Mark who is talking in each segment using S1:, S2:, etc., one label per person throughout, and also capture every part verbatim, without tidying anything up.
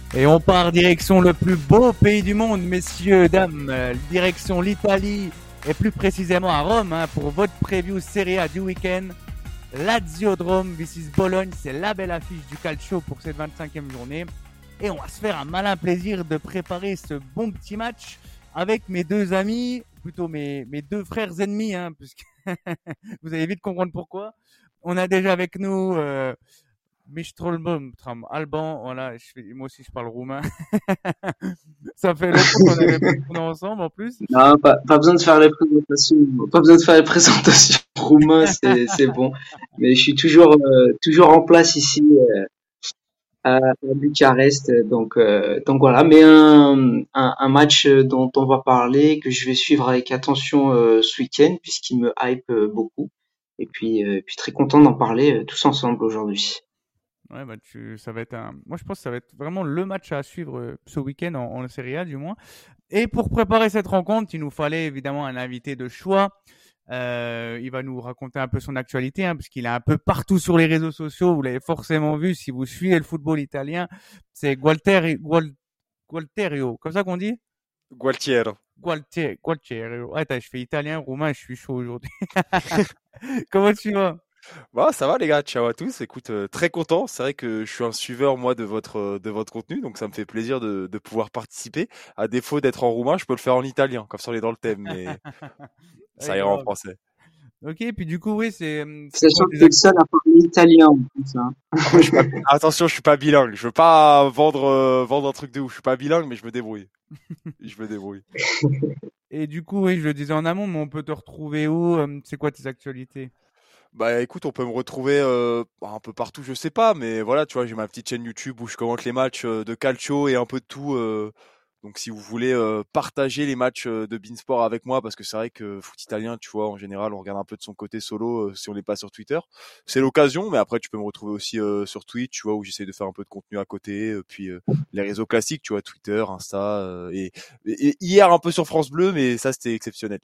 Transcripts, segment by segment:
S1: Et on part direction le plus beau pays du monde, messieurs, dames, euh, direction l'Italie, et plus précisément à Rome, hein, pour votre preview Serie A du week-end. Lazio-Drome versus Bologne, c'est la belle affiche du calcio pour cette vingt-cinquième journée. Et on va se faire un malin plaisir de préparer ce bon petit match avec mes deux amis, plutôt mes, mes deux frères ennemis, hein, puisque vous allez vite comprendre pourquoi. On a déjà avec nous... Euh, Mistrolbom, Tram, Alban, voilà, je fais, moi aussi je parle roumain. Ça fait longtemps qu'on avait pas tourné ensemble en plus.
S2: Non, pas, pas besoin de faire les présentations, pas besoin de faire les présentations roumain, c'est, c'est bon. Mais je suis toujours, euh, toujours en place ici, euh, à, à Bucarest, donc, euh, donc voilà. Mais un, un, un match dont on va parler, que je vais suivre avec attention euh, ce week-end, puisqu'il me hype euh, beaucoup. Et puis, euh, puis très content d'en parler euh, tous ensemble aujourd'hui.
S1: Ouais, bah tu, ça va être un. Moi, je pense que ça va être vraiment le match à suivre euh, ce week-end en, en Serie A, du moins. Et pour préparer cette rencontre, il nous fallait évidemment un invité de choix. Euh, il va nous raconter un peu son actualité, hein, puisqu'il est un peu partout sur les réseaux sociaux. Vous l'avez forcément vu si vous suivez le football italien. C'est Gualteri, Gual, Gualterio, comme ça qu'on dit?
S3: Gualtiero.
S1: Gualtieri, Gualterio. Ouais, je fais italien, roumain, je suis chaud aujourd'hui. Comment tu vas?
S3: Bah, ça va les gars, ciao à tous. Écoute, euh, très content. C'est vrai que je suis un suiveur moi de votre euh, de votre contenu, donc ça me fait plaisir de, de pouvoir participer. À défaut d'être en roumain, je peux le faire en italien, comme ça on est dans le thème, mais ça
S1: Ouais,
S3: ira en
S1: grave.
S3: français.
S1: Ok, puis du coup, oui, c'est c'est quoi
S2: Sachant que
S1: tes
S2: t'es le
S1: actes?
S2: seul à parler italien, en plus, hein.
S3: Après, je suis pas, attention, je suis pas bilingue. Je veux pas vendre euh, vendre un truc de ouf. Je suis pas bilingue, mais je me débrouille. Je me débrouille.
S1: Et du coup, oui, je le disais en amont, mais on peut te retrouver où? euh, C'est quoi tes actualités?
S3: Bah écoute, on peut me retrouver euh, un peu partout, je sais pas, mais voilà, tu vois, j'ai ma petite chaîne YouTube où je commente les matchs euh, de calcio et un peu de tout. euh, donc si vous voulez euh, partager les matchs euh, de Beansport avec moi, parce que c'est vrai que foot italien, tu vois, en général, on regarde un peu de son côté solo euh, si on n'est pas sur Twitter. C'est l'occasion, mais après tu peux me retrouver aussi euh, sur Twitch, tu vois, où j'essaie de faire un peu de contenu à côté, euh, puis euh, les réseaux classiques, tu vois, Twitter, Insta, euh, et, et et hier un peu sur France Bleu, mais ça c'était exceptionnel.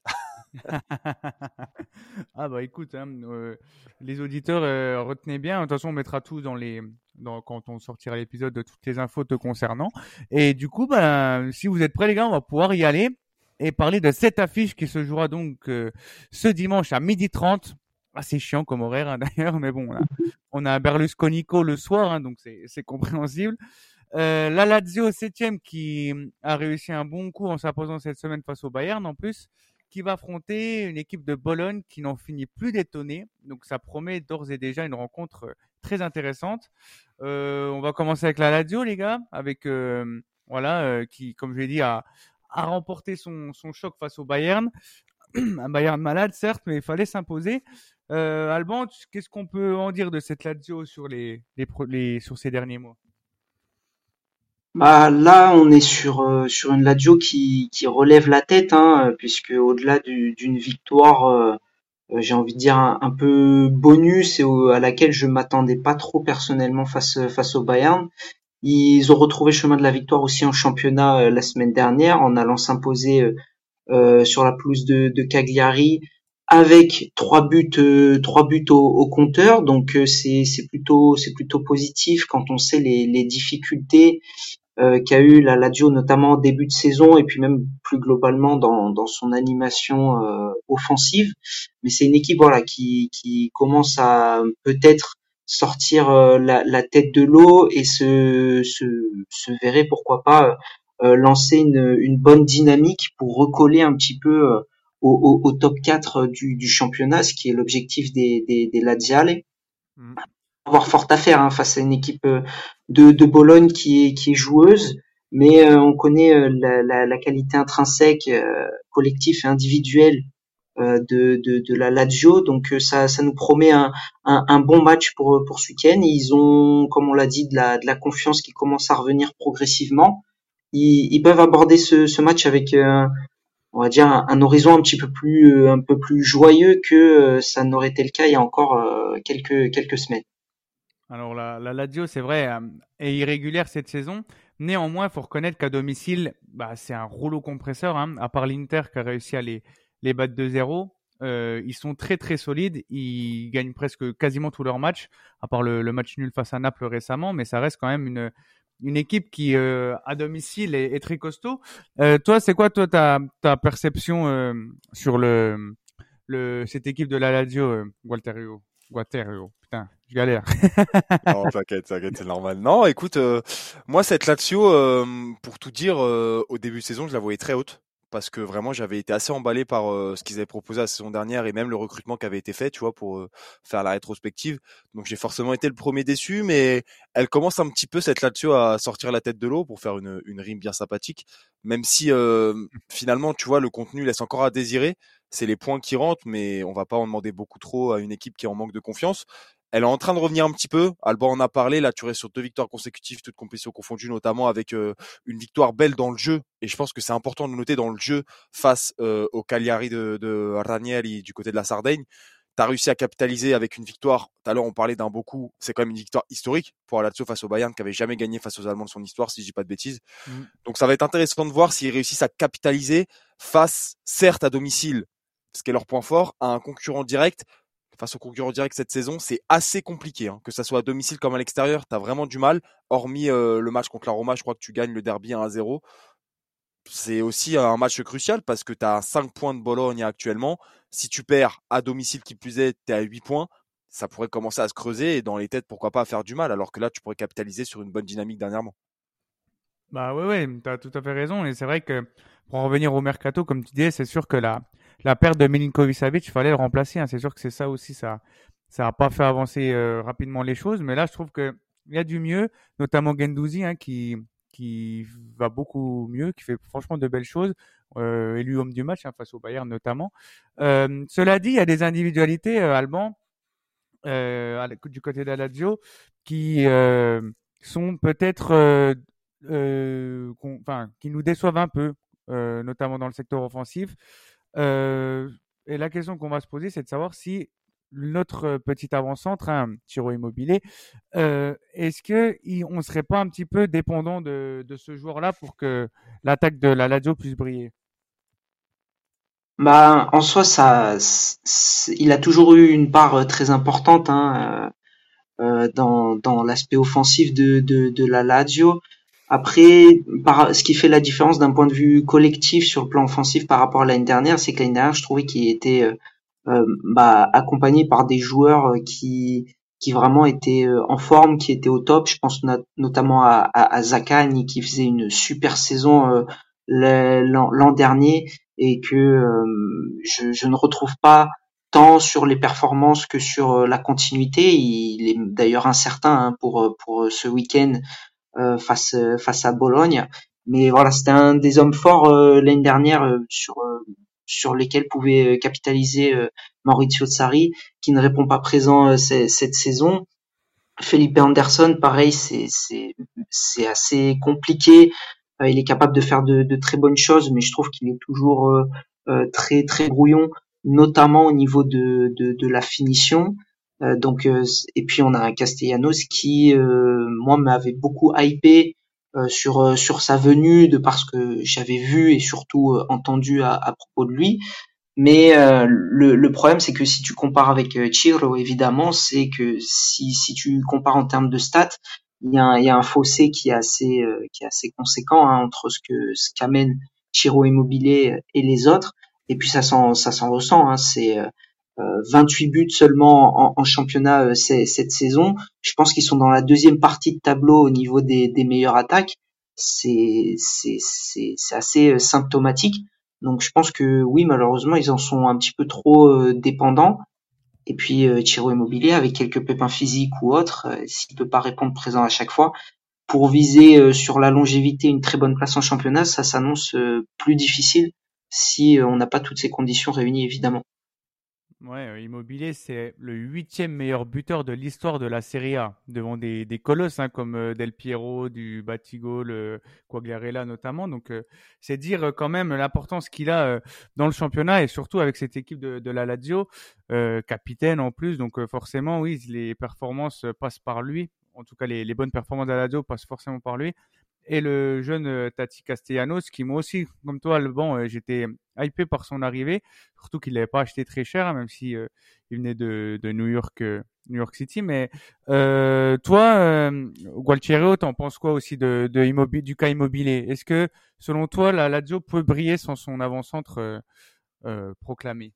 S1: Ah bah écoute, hein, euh, les auditeurs, euh, retenez bien. De toute façon, on mettra tout dans les, dans, quand on sortira l'épisode de toutes les infos te concernant. Et du coup, ben, si vous êtes prêts, les gars, on va pouvoir y aller et parler de cette affiche qui se jouera donc euh, ce dimanche à midi trente. Ah, c'est chiant comme horaire, hein, d'ailleurs, mais bon, on a, on a un Berlusconico le soir, hein, donc c'est, c'est compréhensible. Euh, la Lazio septième qui a réussi un bon coup en s'imposant cette semaine face au Bayern en plus, qui va affronter une équipe de Bologne qui n'en finit plus d'étonner. Donc ça promet d'ores et déjà une rencontre euh, très intéressante. Euh, on va commencer avec la Lazio, les gars, avec euh, voilà euh, qui, comme je l'ai dit, a, a remporté son, son choc face au Bayern. Un Bayern malade, certes, mais il fallait s'imposer. Euh, Alban, qu'est-ce qu'on peut en dire de cette Lazio sur les, les, les sur ces derniers mois?
S2: Bah là, on est sur euh, sur une Lazio qui qui relève la tête, hein, puisque au-delà du- d'une victoire, euh, euh, j'ai envie de dire un, un peu bonus et au- à laquelle je m'attendais pas trop personnellement face face au Bayern. Ils ont retrouvé le chemin de la victoire aussi en championnat euh, la semaine dernière en allant s'imposer euh, euh, sur la pelouse de, de Cagliari avec trois buts euh, trois buts au, au compteur. Donc euh, c'est c'est plutôt c'est plutôt positif quand on sait les les difficultés euh, qu'a eu la Lazio notamment au début de saison et puis même plus globalement dans, dans son animation euh, offensive. Mais c'est une équipe voilà qui, qui commence à peut-être sortir euh, la, la tête de l'eau et se, se, se verrait pourquoi pas euh, lancer une, une bonne dynamique pour recoller un petit peu euh, au, au, au top quatre du, du championnat, ce qui est l'objectif des, des, des Laziale
S1: Mm.
S2: avoir fort à faire hein, face à une équipe euh, de, de Bologne qui est, qui est joueuse, mais euh, on connaît euh, la, la, la qualité intrinsèque, euh, collective et individuelle euh, de, de, de la Lazio, donc euh, ça, ça nous promet un, un, un bon match pour, pour ce week-end. Ils ont, comme on l'a dit, de la, de la confiance qui commence à revenir progressivement. Ils, ils peuvent aborder ce, ce match avec, euh, on va dire, un, un horizon un petit peu plus, euh, un peu plus joyeux que euh, ça n'aurait été le cas il y a encore euh, quelques, quelques semaines.
S1: Alors la, la Lazio, c'est vrai, euh, est irrégulière cette saison. Néanmoins, il faut reconnaître qu'à domicile, bah, c'est un rouleau compresseur. Hein. À part l'Inter qui a réussi à les, les battre deux zéro, euh, ils sont très très solides. Ils gagnent presque quasiment tous leurs matchs, à part le, le match nul face à Naples récemment, mais ça reste quand même une, une équipe qui euh, à domicile est, est très costaud. Euh, toi, c'est quoi toi ta ta perception euh, sur le le cette équipe de la Lazio, euh, Gualterio, Gualterio, putain, je galère.
S3: Non, t'inquiète, t'inquiète, c'est normal. Non, écoute, euh, moi cette Lazio, euh, pour tout dire, euh, au début de saison, je la voyais très haute parce que vraiment j'avais été assez emballé par euh, ce qu'ils avaient proposé la saison dernière et même le recrutement qui avait été fait, tu vois, pour euh, faire la rétrospective. Donc j'ai forcément été le premier déçu, mais elle commence un petit peu cette Lazio à sortir la tête de l'eau pour faire une, une rime bien sympathique. Même si euh, finalement, tu vois, le contenu laisse encore à désirer. C'est les points qui rentrent, mais on va pas en demander beaucoup trop à une équipe qui est en manque de confiance. Elle est en train de revenir un petit peu. Alban en a parlé. Là, tu restes sur deux victoires consécutives, toutes compétitions confondues, notamment avec euh, une victoire belle dans le jeu. Et je pense que c'est important de noter dans le jeu face euh, au Cagliari de, de Ranieri du côté de la Sardaigne. Tu as réussi à capitaliser avec une victoire. Tout à l'heure, on parlait d'un beaucoup. C'est quand même une victoire historique pour la Lazio face au Bayern, qui avait jamais gagné face aux Allemands de son histoire, si je dis pas de bêtises.
S1: Mm.
S3: Donc, ça va être intéressant de voir s'ils réussissent à capitaliser face, certes, à domicile, ce qui est leur point fort, à un concurrent direct. Face aux concurrents directs cette saison, c'est assez compliqué, hein. Que ça soit à domicile comme à l'extérieur, t'as vraiment du mal. Hormis euh, le match contre la Roma, je crois que tu gagnes le derby un à zéro. C'est aussi un match crucial parce que t'as cinq points de Bologne actuellement. Si tu perds à domicile qui plus est, t'es à huit points. Ça pourrait commencer à se creuser et dans les têtes, pourquoi pas à faire du mal, alors que là, tu pourrais capitaliser sur une bonne dynamique dernièrement.
S1: Bah ouais, ouais, t'as tout à fait raison. Et c'est vrai que pour en revenir au mercato, comme tu disais, c'est sûr que la, la perte de Milinkovic-Savic, il fallait le remplacer, hein. C'est sûr que c'est ça aussi, ça, ça a pas fait avancer euh, rapidement les choses. Mais là, je trouve que il y a du mieux, notamment Guendouzi, hein, qui, qui va beaucoup mieux, qui fait franchement de belles choses, euh, élu homme du match, hein, face au Bayern notamment. Euh, cela dit, il y a des individualités, euh, Alban, euh, à la- du côté de la Lazio, qui euh, sont peut-être, euh, euh, qu'on- enfin, qui nous déçoivent un peu, euh, notamment dans le secteur offensif. Euh, et la question qu'on va se poser, c'est de savoir si notre euh, petit avant-centre, hein, Ciro Immobilier, euh, est-ce que il- on serait pas un petit peu dépendant de, de ce joueur-là pour que l'attaque de la Lazio puisse briller?
S2: Bah, en soi, ça, c'est- il a toujours eu une part euh, très importante, hein, euh, euh, dans, dans l'aspect offensif de, de, de la Lazio. Après, par, ce qui fait la différence d'un point de vue collectif sur le plan offensif par rapport à l'année dernière, c'est que l'année dernière, je trouvais qu'il était euh, euh, bah, accompagné par des joueurs euh, qui qui vraiment étaient euh, en forme, qui étaient au top. Je pense not- notamment à, à, à Zaccagni qui faisait une super saison euh, le- l'an l'an dernier et que euh, je, je ne retrouve pas tant sur les performances que sur euh, la continuité. Il est d'ailleurs incertain, hein, pour euh, pour ce week-end euh, face euh, face à Bologne. Mais voilà, c'était un des hommes forts euh, l'année dernière euh, sur euh, sur lesquels pouvait euh, capitaliser euh, Maurizio Sarri, qui ne répond pas présent euh, c- cette saison. Felipe Anderson, pareil, c'est c'est c'est assez compliqué. Euh, il est capable de faire de, de très bonnes choses, mais je trouve qu'il est toujours euh, euh, très très brouillon, notamment au niveau de de, de la finition. Euh, donc euh, et puis on a un Castellanos qui euh, moi m'avait beaucoup hypé euh, sur euh, sur sa venue de parce que j'avais vu et surtout euh, entendu à, à propos de lui. Mais euh, le, le problème, c'est que si tu compares avec euh, Chiro, évidemment, c'est que si, si tu compares en termes de stats, il y a un, il y a un fossé qui est assez, euh, qui est assez conséquent, hein, entre ce que ce qu'amène Chiro Immobilier et les autres. Et puis ça s'en ça s'en ressent. Hein, c'est euh, vingt-huit buts seulement en, en championnat euh, cette saison. Je pense qu'ils sont dans la deuxième partie de tableau au niveau des, des meilleures attaques. C'est c'est c'est c'est assez euh, symptomatique. Donc je pense que oui, malheureusement, ils en sont un petit peu trop euh, dépendants. Et puis euh, Chiro Immobilier, avec quelques pépins physiques ou autres, euh, s'il peut pas répondre présent à chaque fois, pour viser euh, sur la longévité une très bonne place en championnat, ça s'annonce euh, plus difficile si euh, on n'a pas toutes ces conditions réunies, évidemment.
S1: Ouais, euh, Immobilier, c'est le huitième meilleur buteur de l'histoire de la Serie A, devant des, des colosses, hein, comme euh, Del Piero, du Batigol, euh, Quagliarella notamment. Donc, euh, c'est dire euh, quand même l'importance qu'il a euh, dans le championnat et surtout avec cette équipe de, de la Lazio, euh, capitaine en plus. Donc, euh, forcément, oui, les performances euh, passent par lui. En tout cas, les, les bonnes performances de la Lazio passent forcément par lui. Et le jeune euh, Tati Castellanos, qui moi aussi, comme toi, bon, euh, j'étais hypé par son arrivée, surtout qu'il l'avait pas acheté très cher, hein, même si euh, il venait de, de New York, euh, New York City. Mais euh, toi, euh, Gualtiero, t'en penses quoi aussi de, de Immobile, du cas Immobilier? Est-ce que selon toi, la Lazio peut briller sans son avant-centre euh, euh, proclamé?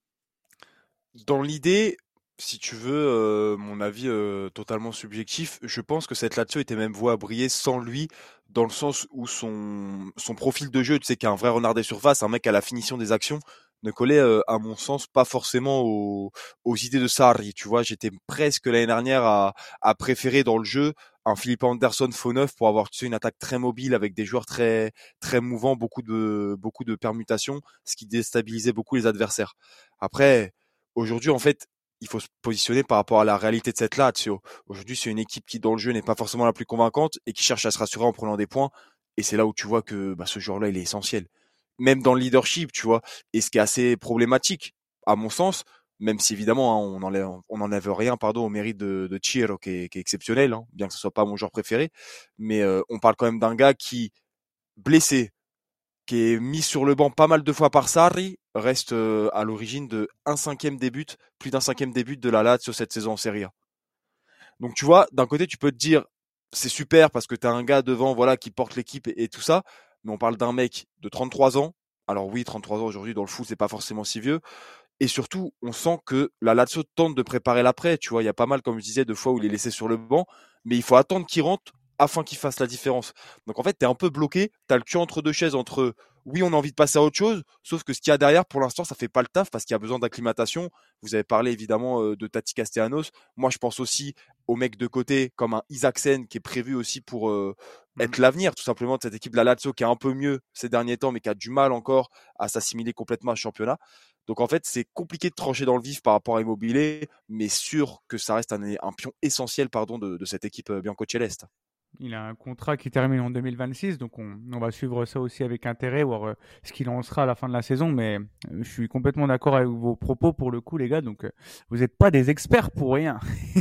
S3: Dans l'idée, si tu veux, euh, mon avis euh, totalement subjectif, je pense que cette Lazio était même vouée à briller sans lui, dans le sens où son, son profil de jeu, tu sais, qui est un vrai renard des surfaces, un mec à la finition des actions, ne collait, euh, à mon sens, pas forcément aux, aux idées de Sarri. Tu vois, j'étais presque l'année dernière à, à préférer dans le jeu un Philippe Anderson faux neuf pour avoir, tu sais, une attaque très mobile avec des joueurs très très mouvants, beaucoup de beaucoup de permutations, ce qui déstabilisait beaucoup les adversaires. Après, aujourd'hui, en fait, il faut se positionner par rapport à la réalité de cette Lazio. Aujourd'hui, c'est une équipe qui, dans le jeu, n'est pas forcément la plus convaincante et qui cherche à se rassurer en prenant des points. Et c'est là où tu vois que bah, ce joueur-là, il est essentiel. Même dans le leadership, tu vois. Et ce qui est assez problématique, à mon sens, même si évidemment, hein, on enlève, on n'enlève rien, pardon, au mérite de, de Chiro, qui est, qui est exceptionnel, hein, bien que ce soit pas mon joueur préféré. Mais euh, on parle quand même d'un gars qui, blessé, qui est mis sur le banc pas mal de fois par Sarri, reste euh, à l'origine de un cinquième des buts, plus d'un cinquième des buts de la Lazio cette saison en Serie A. Donc tu vois, d'un côté tu peux te dire c'est super parce que t'as un gars devant voilà qui porte l'équipe et, et tout ça, mais on parle d'un mec de trente-trois ans. Alors oui, trente-trois ans aujourd'hui dans le foot c'est pas forcément si vieux. Et surtout, on sent que la Lazio tente de préparer l'après. Tu vois, il y a pas mal, comme je disais, de fois où il est laissé sur le banc, mais il faut attendre qu'il rentre afin qu'il fasse la différence. Donc en fait, tu es un peu bloqué, tu as le cul entre deux chaises entre oui, on a envie de passer à autre chose, sauf que ce qu'il y a derrière, pour l'instant, ça fait pas le taf parce qu'il y a besoin d'acclimatation. Vous avez parlé évidemment euh, de Tati Castellanos. Moi, je pense aussi au mec de côté comme un Isaacsen qui est prévu aussi pour euh,
S1: Mhm.
S3: être l'avenir tout simplement de cette équipe de la Lazio qui est un peu mieux ces derniers temps, mais qui a du mal encore à s'assimiler complètement à ce championnat. Donc en fait, c'est compliqué de trancher dans le vif par rapport à Immobilier, mais sûr que ça reste un, un pion essentiel pardon, de, de cette équipe euh, Biancoceleste.
S1: Il a un contrat qui termine en deux mille vingt-six, donc on, on va suivre ça aussi avec intérêt, voir euh, ce qu'il en sera à la fin de la saison. Mais euh, je suis complètement d'accord avec vos propos pour le coup, les gars. Donc euh, vous n'êtes pas des experts pour rien.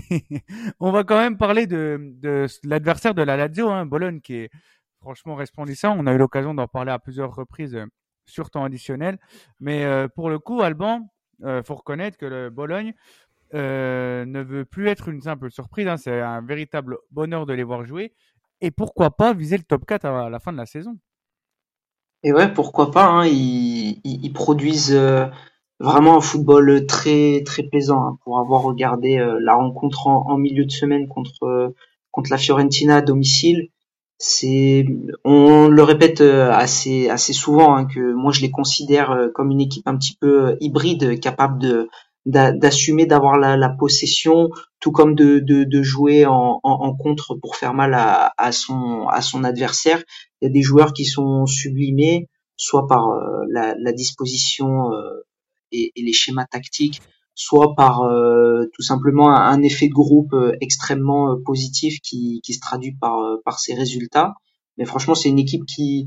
S1: On va quand même parler de, de, de l'adversaire de la Lazio, hein, Bologne, qui est franchement resplendissant. On a eu l'occasion d'en parler à plusieurs reprises euh, sur temps additionnel. Mais euh, pour le coup, Alban, euh, faut reconnaître que le Bologne euh, ne veut plus être une simple surprise, hein. C'est un véritable bonheur de les voir jouer. Et pourquoi pas viser le top quatre à la fin de la saison.
S2: Et ouais, pourquoi pas, hein, ils, ils, ils produisent euh, vraiment un football très très plaisant, hein, pour avoir regardé euh, la rencontre en, en milieu de semaine contre euh, contre la Fiorentina à domicile. C'est, on le répète euh, assez assez souvent, hein, que moi je les considère euh, comme une équipe un petit peu euh, hybride, capable de d'a- d'assumer, d'avoir la, la possession, tout comme de de, de jouer en, en, en contre pour faire mal à, à son à son adversaire. Il y a des joueurs qui sont sublimés, soit par euh, la, la disposition euh, et, et les schémas tactiques, soit par euh, tout simplement un, un effet de groupe euh, extrêmement euh, positif qui, qui se traduit par, euh, par ces résultats. Mais franchement, c'est une équipe qui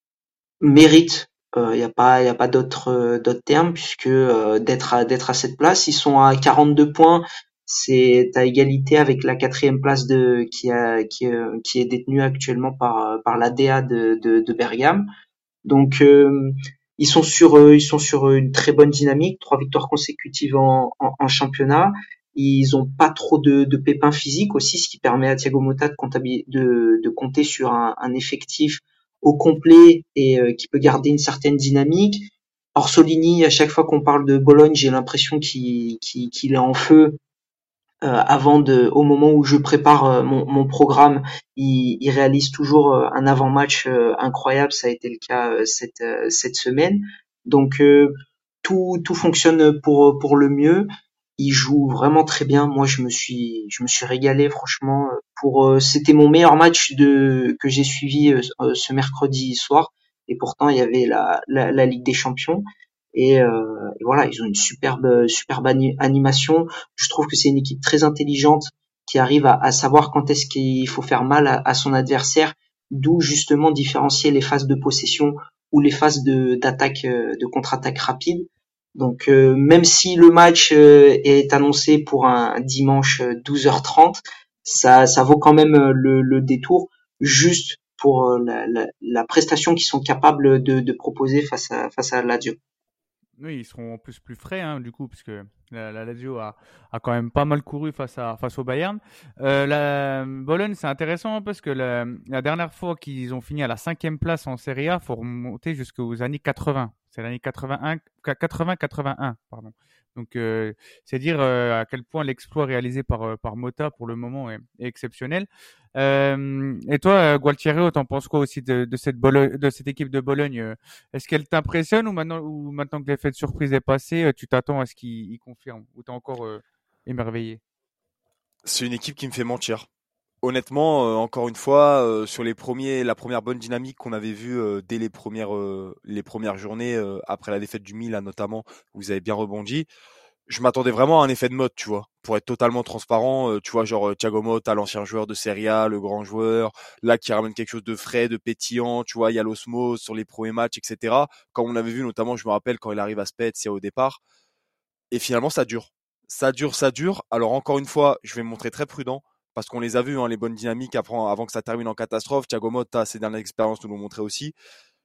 S2: mérite. Il euh, n'y a pas, y a pas d'autre euh, d'autre terme, puisque euh, d'être à d'être à cette place, ils sont à quarante-deux points. C'est à égalité avec la quatrième place de qui a qui, euh, qui est détenue actuellement par par l'A D A de, de, de Bergame. Donc euh, ils sont sur euh, ils sont sur une très bonne dynamique, trois victoires consécutives en, en, en championnat. Ils ont pas trop de, de pépins physiques aussi, ce qui permet à Thiago Motta de, de, de compter sur un, un effectif au complet et euh, qui peut garder une certaine dynamique. Orsolini, à chaque fois qu'on parle de Bologne, j'ai l'impression qu'il qu'il, qu'il est en feu. Euh, avant de, au moment où je prépare euh, mon, mon programme, il, il réalise toujours euh, un avant-match euh, incroyable. Ça a été le cas euh, cette euh, cette semaine. Donc euh, tout tout fonctionne pour pour le mieux. Il joue vraiment très bien. Moi, je me suis je me suis régalé franchement. Pour euh, c'était mon meilleur match de que j'ai suivi euh, ce mercredi soir. Et pourtant, il y avait la la, la Ligue des Champions. Et, euh, et voilà, ils ont une superbe superbe ani- animation. Je trouve que c'est une équipe très intelligente qui arrive à, à savoir quand est-ce qu'il faut faire mal à, à son adversaire, d'où justement différencier les phases de possession ou les phases de d'attaque, euh, de contre-attaque rapide. Donc euh, même si le match euh, est annoncé pour un dimanche euh, douze heures trente, ça ça vaut quand même euh, le, le détour, juste pour euh, la, la, la prestation qu'ils sont capables de, de proposer face à face à Lazio.
S1: Oui, ils seront en plus plus frais, hein, du coup, parce que la, la Lazio a, a quand même pas mal couru face à face au Bayern. Euh, la Bologne, c'est intéressant, hein, parce que la, la dernière fois qu'ils ont fini à la cinquième place en Serie A, faut remonter jusqu'aux années quatre-vingts. C'est l'année quatre-vingt-un, quatre-vingts quatre-vingt-un, pardon. Donc, euh, c'est dire euh, à quel point l'exploit réalisé par euh, par Motta pour le moment est, est exceptionnel. Euh, et toi, euh, Gualtieri, t'en penses quoi aussi de, de cette Bologne, de cette équipe de Bologne? euh, Est-ce qu'elle t'impressionne ou maintenant, ou maintenant que l'effet de surprise est passé, euh, tu t'attends à ce qu'il il confirme ou t'es encore euh, émerveillé?
S3: C'est une équipe qui me fait mentir. Honnêtement, euh, encore une fois, euh, sur les premiers, la première bonne dynamique qu'on avait vue euh, dès les premières, euh, les premières journées, euh, après la défaite du Milan notamment, où vous avez bien rebondi, je m'attendais vraiment à un effet de mode, tu vois, pour être totalement transparent, euh, tu vois, genre euh, Thiago Motta, l'ancien joueur de Serie A, le grand joueur, là qui ramène quelque chose de frais, de pétillant, tu vois, il y a l'osmose sur les premiers matchs, et cetera. Comme on avait vu notamment, je me rappelle quand il arrive à Spezia au départ, et finalement ça dure. Ça dure, ça dure. Alors encore une fois, je vais me montrer très prudent parce qu'on les a vus, hein, les bonnes dynamiques avant, avant que ça termine en catastrophe. Thiago Motta, ses dernières expériences nous l'ont montré aussi.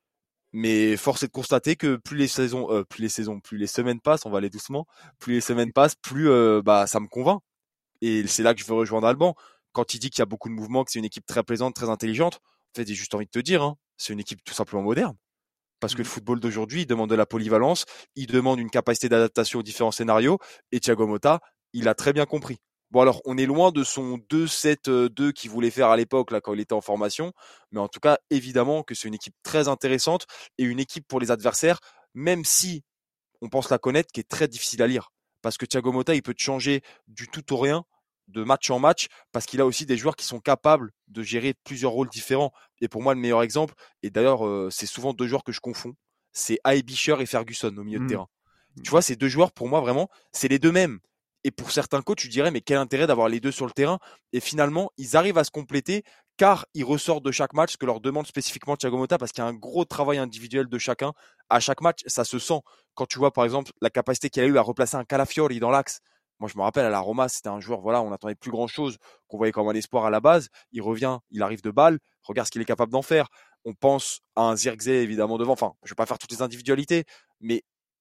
S3: Mais force est de constater que plus les saisons, euh, plus les saisons, plus les semaines passent, on va aller doucement, plus les semaines passent, plus euh, bah ça me convainc. Et c'est là que je veux rejoindre Alban. Quand il dit qu'il y a beaucoup de mouvements, que c'est une équipe très plaisante, très intelligente, en fait, j'ai juste envie de te dire, hein, c'est une équipe tout simplement moderne. Parce que le
S1: Mm.
S3: football d'aujourd'hui, il demande de la polyvalence, il demande une capacité d'adaptation aux différents scénarios, et Thiago Motta, il a très bien compris. Bon alors, on est loin de son deux sept deux qu'il voulait faire à l'époque, là, quand il était en formation, mais en tout cas, évidemment que c'est une équipe très intéressante, et une équipe pour les adversaires, même si on pense la connaître, qui est très difficile à lire. Parce que Thiago Motta, il peut te changer du tout au rien, de match en match, parce qu'il a aussi des joueurs qui sont capables de gérer plusieurs rôles différents. Et pour moi, le meilleur exemple, et d'ailleurs, euh, c'est souvent deux joueurs que je confonds, c'est Aebischer et Ferguson au milieu de
S1: Mm.
S3: terrain. Tu vois, ces deux joueurs, pour moi, vraiment, c'est les deux mêmes. Et pour certains coachs, tu dirais, mais quel intérêt d'avoir les deux sur le terrain? Et finalement, ils arrivent à se compléter car ils ressortent de chaque match ce que leur demande spécifiquement Thiago Motta parce qu'il y a un gros travail individuel de chacun. À chaque match, ça se sent. Quand tu vois, par exemple, la capacité qu'il a eu à replacer un Calafiori dans l'axe. Moi, je me rappelle, à la Roma, c'était un joueur, voilà, on n'attendait plus grand chose, qu'on voyait comme un espoir à la base. Il revient, il arrive de balle. Regarde ce qu'il est capable d'en faire. On pense à un Zirkzee, évidemment, devant. Enfin, je ne vais pas faire toutes les individualités, mais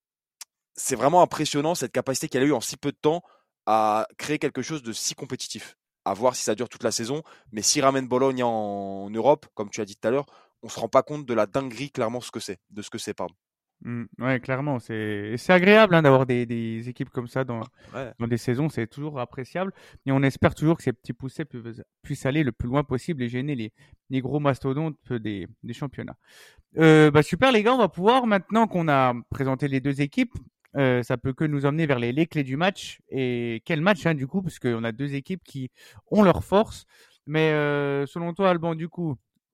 S3: c'est vraiment impressionnant cette capacité qu'elle a eue en si peu de temps à créer quelque chose de si compétitif. À voir si ça dure toute la saison, mais s'il ramène Bologne en Europe, comme tu as dit tout à l'heure, on se rend pas compte de la dinguerie clairement ce que c'est, de ce que c'est, pardon.
S1: Mm. Ouais, clairement, c'est c'est agréable, hein, d'avoir des, des équipes comme ça dans,
S3: Ouais.
S1: dans des saisons, c'est toujours appréciable. Et on espère toujours que ces petits poussets puissent, puissent aller le plus loin possible et gêner les, les gros mastodontes des, des championnats. Euh, bah super les gars, on va pouvoir maintenant qu'on a présenté les deux équipes, euh, ça peut que nous emmener vers les, les clés du match. Et quel match, hein, du coup, parce qu'on a deux équipes qui ont leur force. Mais euh, selon toi, Alban, du coup,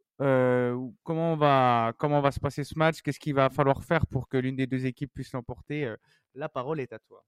S1: euh, comment on va comment va se passer ce match? Qu'est-ce qu'il va falloir faire pour que l'une des deux équipes puisse l'emporter? Euh, La parole est à toi.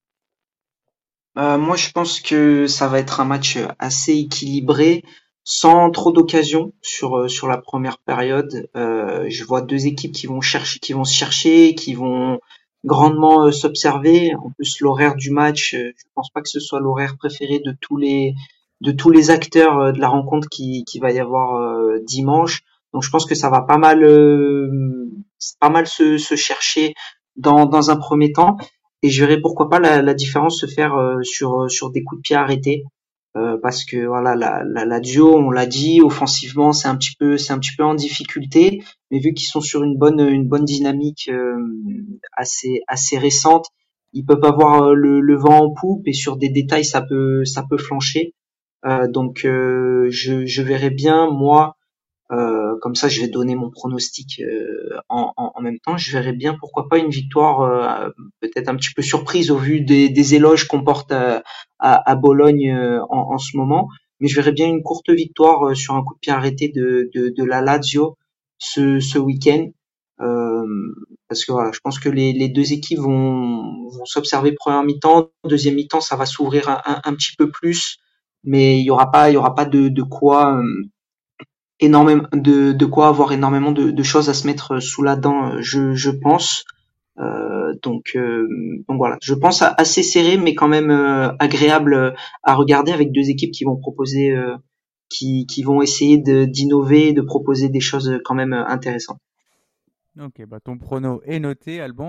S2: Euh, moi, je pense que ça va être un match assez équilibré, sans trop d'occasions sur euh, sur la première période. Euh, je vois deux équipes qui vont chercher, qui vont se chercher, qui vont grandement euh, s'observer. En plus, l'horaire du match, euh, je pense pas que ce soit l'horaire préféré de tous les de tous les acteurs euh, de la rencontre qui qui va y avoir euh, dimanche. Donc, je pense que ça va pas mal euh, pas mal se se chercher dans dans un premier temps. Et je verrais pourquoi pas la, la différence se faire euh, sur sur des coups de pied arrêtés. Euh, parce que voilà, la, la, la duo, on l'a dit, offensivement c'est un petit peu c'est un petit peu en difficulté, mais vu qu'ils sont sur une bonne une bonne dynamique euh, assez assez récente, ils peuvent avoir euh, le, le vent en poupe et sur des détails ça peut ça peut flancher. Euh, donc euh, je je verrais bien moi, euh, comme ça, je vais donner mon pronostic euh, en, en, en même temps. Je verrais bien, pourquoi pas, une victoire euh, peut-être un petit peu surprise au vu des, des éloges qu'on porte à, à, à Bologne euh, en, en ce moment. Mais je verrais bien une courte victoire euh, sur un coup de pied arrêté de, de, de la Lazio ce, ce week-end. Euh, parce que voilà, je pense que les, les deux équipes vont, vont s'observer première mi-temps, deuxième mi-temps, ça va s'ouvrir un, un, un petit peu plus, mais il y aura pas, il y aura pas de, de quoi euh, énormément de, de quoi avoir énormément de, de choses à se mettre sous la dent, je, je pense. Euh, donc, euh, donc voilà, je pense à- assez serré, mais quand même euh, agréable à regarder avec deux équipes qui vont proposer, euh, qui, qui vont essayer de, d'innover, de proposer des choses quand même intéressantes.
S1: Ok, bah ton prono est noté, Alban.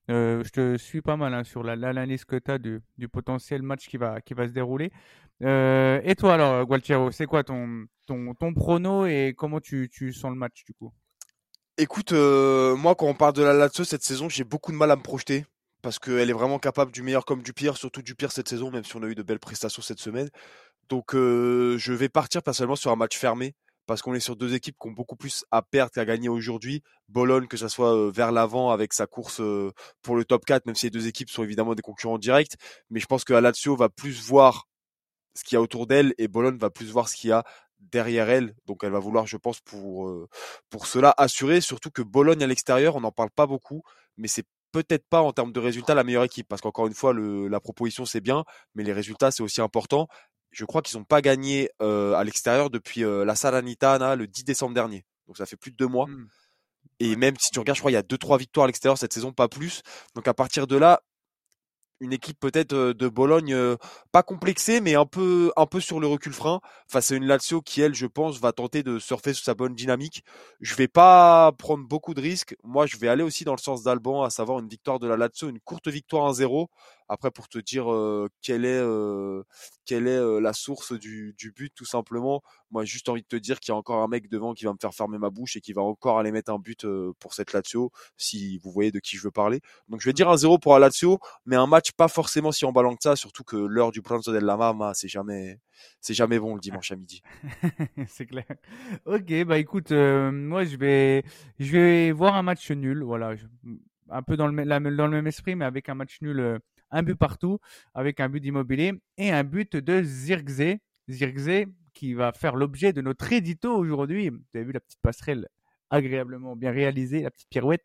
S1: Euh, je te suis pas mal hein, sur la- l'analyse que tu as du, du potentiel match qui va, qui va se dérouler. Euh, et toi alors, Gualtiero, c'est quoi ton, ton, ton prono et comment tu, tu sens le match du coup?
S3: Écoute, euh, moi, quand on parle de la Lazio cette saison, j'ai beaucoup de mal à me projeter parce qu'elle est vraiment capable du meilleur comme du pire, surtout du pire cette saison, même si on a eu de belles prestations cette semaine. Donc, euh, je vais partir personnellement sur un match fermé parce qu'on est sur deux équipes qui ont beaucoup plus à perdre qu'à gagner aujourd'hui. Bologne, que ça soit euh, vers l'avant avec sa course euh, pour le top quatre, même si les deux équipes sont évidemment des concurrents directs. Mais je pense que la Lazio va plus voir ce qu'il y a autour d'elle et Bologne va plus voir ce qu'il y a derrière elle. Donc elle va vouloir, je pense, pour, euh, pour cela assurer, surtout que Bologne à l'extérieur, on n'en parle pas beaucoup, mais c'est peut-être pas en termes de résultats la meilleure équipe, parce qu'encore une fois, le, la proposition c'est bien, mais les résultats c'est aussi important. Je crois qu'ils n'ont pas gagné euh, à l'extérieur depuis euh, la Salernitana le dix décembre dernier. Donc ça fait plus de deux mois.
S1: Hmm.
S3: Et
S1: Ouais.
S3: même si tu regardes, je crois il y a deux trois victoires à l'extérieur cette saison, pas plus. Donc à partir de là, une équipe peut-être euh, de Bologne euh, pas complexée mais un peu un peu sur le recul frein face à une Lazio qui elle je pense va tenter de surfer sur sa bonne dynamique. Je vais pas prendre beaucoup de risques. Moi je vais aller aussi dans le sens d'Alban, à savoir une victoire de la Lazio, une courte victoire un zéro. Après pour te dire euh, quelle est euh, quelle est euh, la source du, du but tout simplement. Moi j'ai juste envie de te dire qu'il y a encore un mec devant qui va me faire fermer ma bouche et qui va encore aller mettre un but euh, pour cette Lazio, si vous voyez de qui je veux parler. Donc je vais dire un zéro pour la Lazio, mais un match pas forcément si emballant que ça, surtout que l'heure du Pranzo della Mama, c'est jamais, c'est jamais bon le dimanche à midi.
S1: C'est clair. Ok, bah écoute, euh, moi je vais, je vais voir un match nul, voilà, je- un peu dans le, mê- la- dans le même esprit, mais avec un match nul, euh, un but partout, avec un but d'Immobilier et un but de Zirkzee, Zirkzee qui va faire l'objet de notre édito aujourd'hui. Vous avez vu la petite passerelle agréablement bien réalisée, la petite pirouette.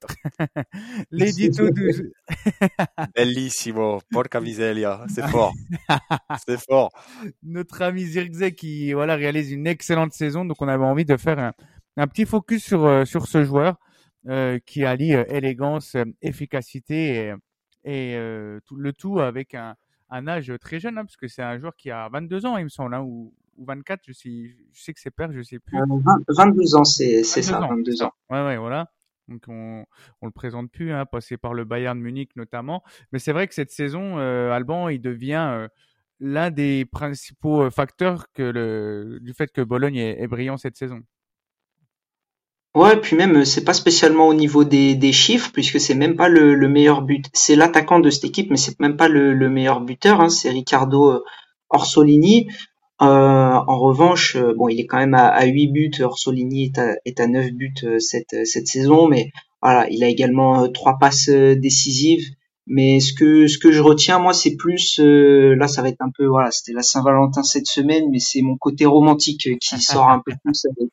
S1: L'édito du,
S3: Bellissimo, porca miseria, c'est fort, c'est fort.
S1: notre ami Zirkzee qui voilà réalise une excellente saison. Donc on avait envie de faire un, un petit focus sur euh, sur ce joueur euh, qui allie euh, élégance, euh, efficacité et, et euh, tout, le tout avec un, un âge très jeune, hein, parce que c'est un joueur qui a vingt-deux ans, il me semble, hein, ou, ou vingt-quatre. Je sais, je sais que c'est père, je sais
S2: Euh,
S1: plus.
S2: vingt vingt-deux ans, c'est c'est
S1: vingt-deux
S2: ça,
S1: ans, c'est
S2: vingt-deux
S1: ça.
S2: ans.
S1: Ouais, ouais, voilà. Donc on on le présente plus, hein, passé par le Bayern Munich notamment. Mais c'est vrai que cette saison, euh, Alban, il devient euh, l'un des principaux euh, facteurs que le du fait que Bologne est, est brillant cette saison.
S2: Ouais, puis même, euh, c'est pas spécialement au niveau des, des chiffres, puisque c'est même pas le, le meilleur but. C'est l'attaquant de cette équipe, mais c'est même pas le, le meilleur buteur, hein, c'est Riccardo euh, Orsolini. Euh, en revanche, euh, bon, il est quand même à, à huit buts. Orsolini est à, est à neuf buts euh, cette, euh, cette saison, mais voilà, il a également euh, trois passes euh, décisives. Mais ce que ce que je retiens, moi, c'est plus euh, là, ça va être un peu voilà, c'était la Saint-Valentin cette semaine, mais c'est mon côté romantique euh, qui sort un peu plus avec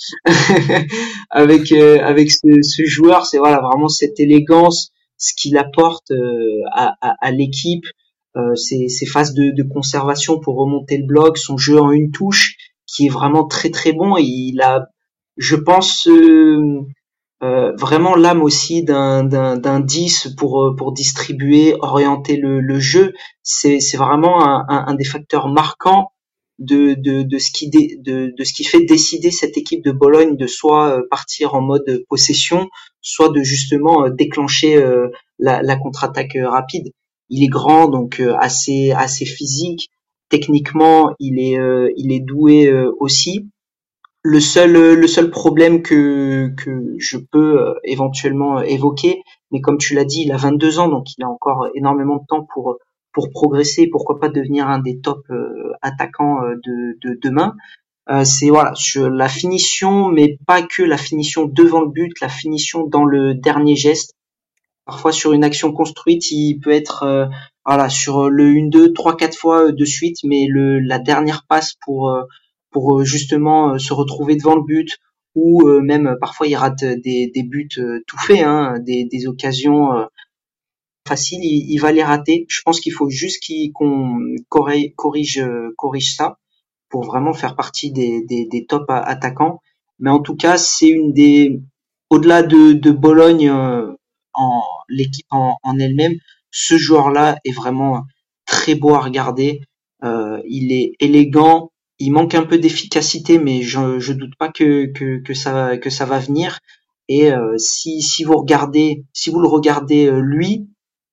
S2: euh, avec euh, avec ce, ce joueur. C'est voilà vraiment cette élégance, ce qu'il apporte euh, à, à, à l'équipe, euh, ses, ses phases de, de conservation pour remonter le bloc, son jeu en une touche qui est vraiment très très bon. Et il a, je pense, euh, euh, vraiment l'âme aussi d'un d'un d'un dix pour euh, pour distribuer, orienter le, le jeu. C'est c'est vraiment un, un, un des facteurs marquants de de de ce qui dé, de de ce qui fait décider cette équipe de Bologne de soit euh, partir en mode possession, soit de justement euh, déclencher euh, la, la contre-attaque euh, rapide. Il est grand, donc euh, assez assez physique. Techniquement, il est euh, il est doué euh, aussi. Le seul, euh, le seul problème que, que je peux euh, éventuellement évoquer, mais comme tu l'as dit, il a vingt-deux ans, donc il a encore énormément de temps pour, pour progresser, pourquoi pas devenir un des top euh, attaquants euh, de, de demain. Euh, c'est voilà, sur la finition, mais pas que la finition devant le but, la finition dans le dernier geste. Parfois sur une action construite, il peut être euh, voilà sur le une deux trois quatre fois de suite, mais le la dernière passe pour euh, pour euh, justement euh, se retrouver devant le but ou euh, même euh, parfois il rate des des buts euh, tout faits, hein, des des occasions euh, faciles, il, il va les rater. Je pense qu'il faut juste qu'il qu'on corrige corrige euh, corrige ça pour vraiment faire partie des des, des top a- attaquants. Mais en tout cas, c'est une des au-delà de, de Bologne, euh, en l'équipe en, en elle-même, ce joueur-là est vraiment très beau à regarder. Euh, il est élégant, il manque un peu d'efficacité, mais je, je doute pas que, que, que ça que ça va venir. Et euh, si si vous regardez, si vous le regardez euh, lui,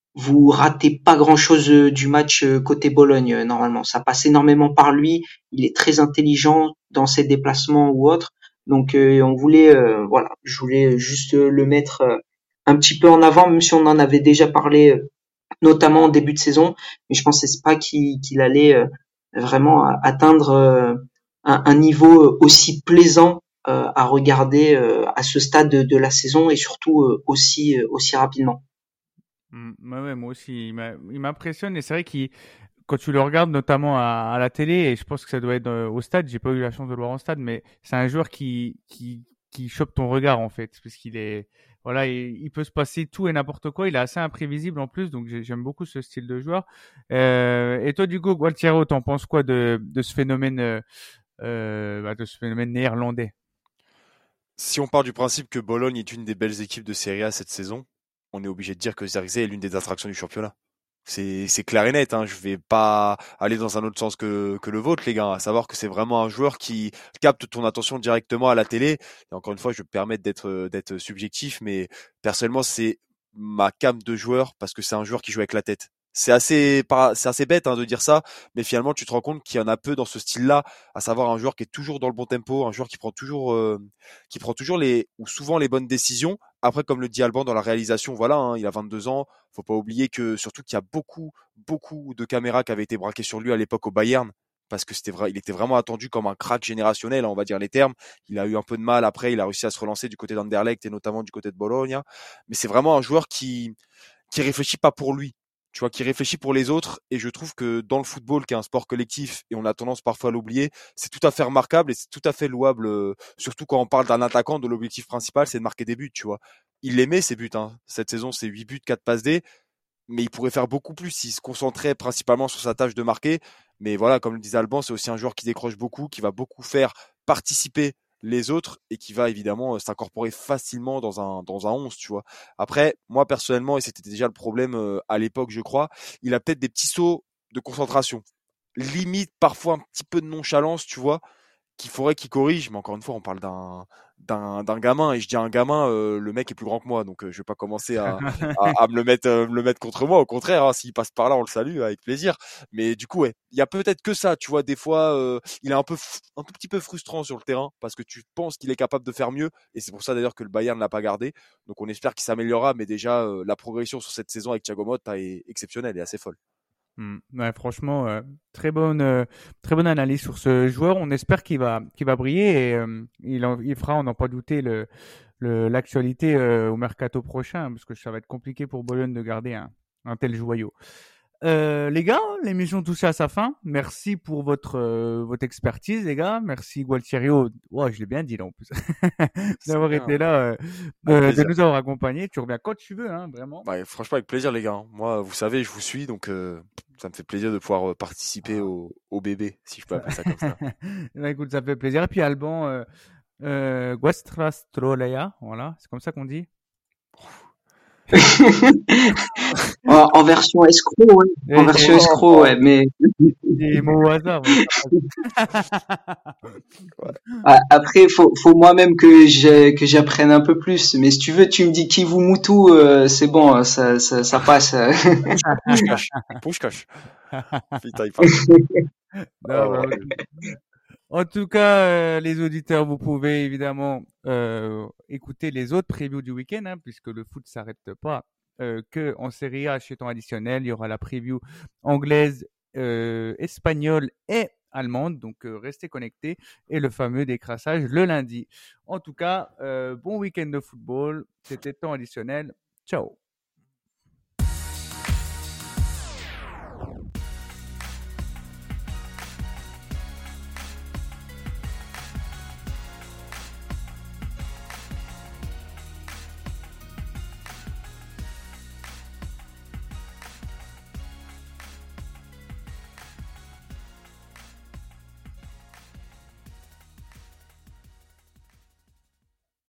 S2: vous ratez pas grand-chose du match côté Bologne normalement. Ça passe énormément par lui. Il est très intelligent dans ses déplacements ou autres. Donc euh, on voulait, euh, voilà, je voulais juste le mettre euh, un petit peu en avant, même si on en avait déjà parlé, euh, notamment en début de saison. Mais je pensais pas qu'il qu'il allait euh, vraiment atteindre euh, un, un niveau aussi plaisant euh, à regarder euh, à ce stade de, de la saison et surtout euh, aussi euh, aussi rapidement.
S1: Mm, ouais, ouais, moi aussi, il m'a- il m'impressionne et c'est vrai qu'il quand tu le regardes notamment à, à la télé, et je pense que ça doit être euh, au stade, j'ai pas eu la chance de le voir en stade, mais c'est un joueur qui, qui, qui chope ton regard en fait, parce qu'il est, voilà, il, il peut se passer tout et n'importe quoi, il est assez imprévisible en plus, donc j'ai- j'aime beaucoup ce style de joueur. Euh, et toi, du coup, Gualtiero, t'en penses quoi de, de ce phénomène, euh, euh, bah, de ce phénomène néerlandais?
S3: Si on part du principe que Bologne est une des belles équipes de Serie A cette saison, on est obligé de dire que Zirkzee est l'une des attractions du championnat. C'est c'est clair et net, hein. Je vais pas aller dans un autre sens que, que le vôtre, les gars. À savoir que c'est vraiment un joueur qui capte ton attention directement à la télé. Et encore une fois, je vais me permettre d'être d'être subjectif, mais personnellement, c'est ma came de joueur parce que c'est un joueur qui joue avec la tête. C'est assez, pas- c'est assez bête hein, de dire ça, mais finalement, tu te rends compte qu'il y en a peu dans ce style-là, à savoir un joueur qui est toujours dans le bon tempo, un joueur qui prend toujours, euh, qui prend toujours les, ou souvent les bonnes décisions. Après, comme le dit Alban dans la réalisation, voilà, hein, il a vingt-deux ans. Faut pas oublier que surtout qu'il y a beaucoup, beaucoup de caméras qui avaient été braquées sur lui à l'époque au Bayern, parce que c'était vrai, il était vraiment attendu comme un crack générationnel, on va dire les termes. Il a eu un peu de mal après, il a réussi à se relancer du côté d'Anderlecht et notamment du côté de Bologna. Mais c'est vraiment un joueur qui qui réfléchit pas pour lui, tu vois, qui réfléchit pour les autres. Et je trouve que dans le football, qui est un sport collectif, et on a tendance parfois à l'oublier, c'est tout à fait remarquable et c'est tout à fait louable, euh, surtout quand on parle d'un attaquant dont l'objectif principal, c'est de marquer des buts, tu vois. Il aimait ses buts, hein. Cette saison, c'est huit buts, quatre passes D, mais il pourrait faire beaucoup plus s'il se concentrait principalement sur sa tâche de marquer. Mais voilà, comme le disait Alban, c'est aussi un joueur qui décroche beaucoup, qui va beaucoup faire participer les autres et qui va évidemment euh, s'incorporer facilement dans un dans un onze, tu vois. Après, moi personnellement, et c'était déjà le problème euh, à l'époque, je crois, il a peut-être des petits sauts de concentration, limite parfois un petit peu de nonchalance, tu vois, qu'il faudrait qu'il corrige. Mais encore une fois, on parle d'un d'un d'un gamin et je dis un gamin, euh, le mec est plus grand que moi, donc euh, je vais pas commencer à, à, à me le mettre euh, me le mettre contre moi. Au contraire, hein, s'il passe par là, on le salue avec plaisir. Mais du coup, ouais, il y a peut-être que ça, tu vois. Des fois, euh, il est un peu f- un tout petit peu frustrant sur le terrain parce que tu penses qu'il est capable de faire mieux et c'est pour ça d'ailleurs que le Bayern ne l'a pas gardé. Donc on espère qu'il s'améliorera, mais déjà euh, la progression sur cette saison avec Thiago Motta est exceptionnelle et assez folle.
S1: Hmm. Ouais, franchement, euh, très bonne, euh, très bonne analyse sur ce joueur. On espère qu'il va, qu'il va briller et euh, il, en- il fera, on n'en pas douter, le, le, l'actualité euh, au mercato prochain, parce que ça va être compliqué pour Bologne de garder un, un tel joyau. Euh, les gars, l'émission touche à sa fin. Merci pour votre euh, votre expertise, les gars. Merci Gualtierio. Ouais, je l'ai bien dit là en plus.
S3: C'est
S1: D'avoir
S3: bien,
S1: été là, euh,
S3: avec
S1: euh, de
S3: plaisir.
S1: nous avoir accompagnés. Tu reviens quand tu veux, hein, vraiment.
S3: Bah, franchement, avec plaisir, les gars, hein. Moi, vous savez, je vous suis, donc euh, ça me fait plaisir de pouvoir euh, participer
S1: Ah.
S3: au, au bébé, si je peux appeler ça comme ça.
S1: Bah, écoute, ça fait plaisir. Et puis Alban, euh, euh, Guastrastroleia, voilà, c'est comme ça qu'on dit.
S2: En, en version escroc, ouais. En
S1: Et
S2: version
S1: j'ai
S2: escroc, ouais. Mais
S1: des mots au hasard. Ouais, ça passe.
S2: a- après, faut, faut moi-même que j'ai, que j'apprenne un peu plus. Mais si tu veux, tu me dis qui vous Moutou, euh, c'est bon, hein, ça, ça, ça passe.
S3: Push, push cash, push cash. Putain, il parle comme.
S1: Non,
S3: Oh,
S1: bah, en tout cas, euh, les auditeurs, vous pouvez évidemment euh, écouter les autres previews du week-end, hein, puisque le foot s'arrête pas euh, que en Serie A chez temps additionnel. Il y aura la preview anglaise, euh, espagnole et allemande. Donc, euh, restez connectés. Et le fameux décrassage le lundi. En tout cas, euh, bon week-end de football. C'était temps additionnel. Ciao.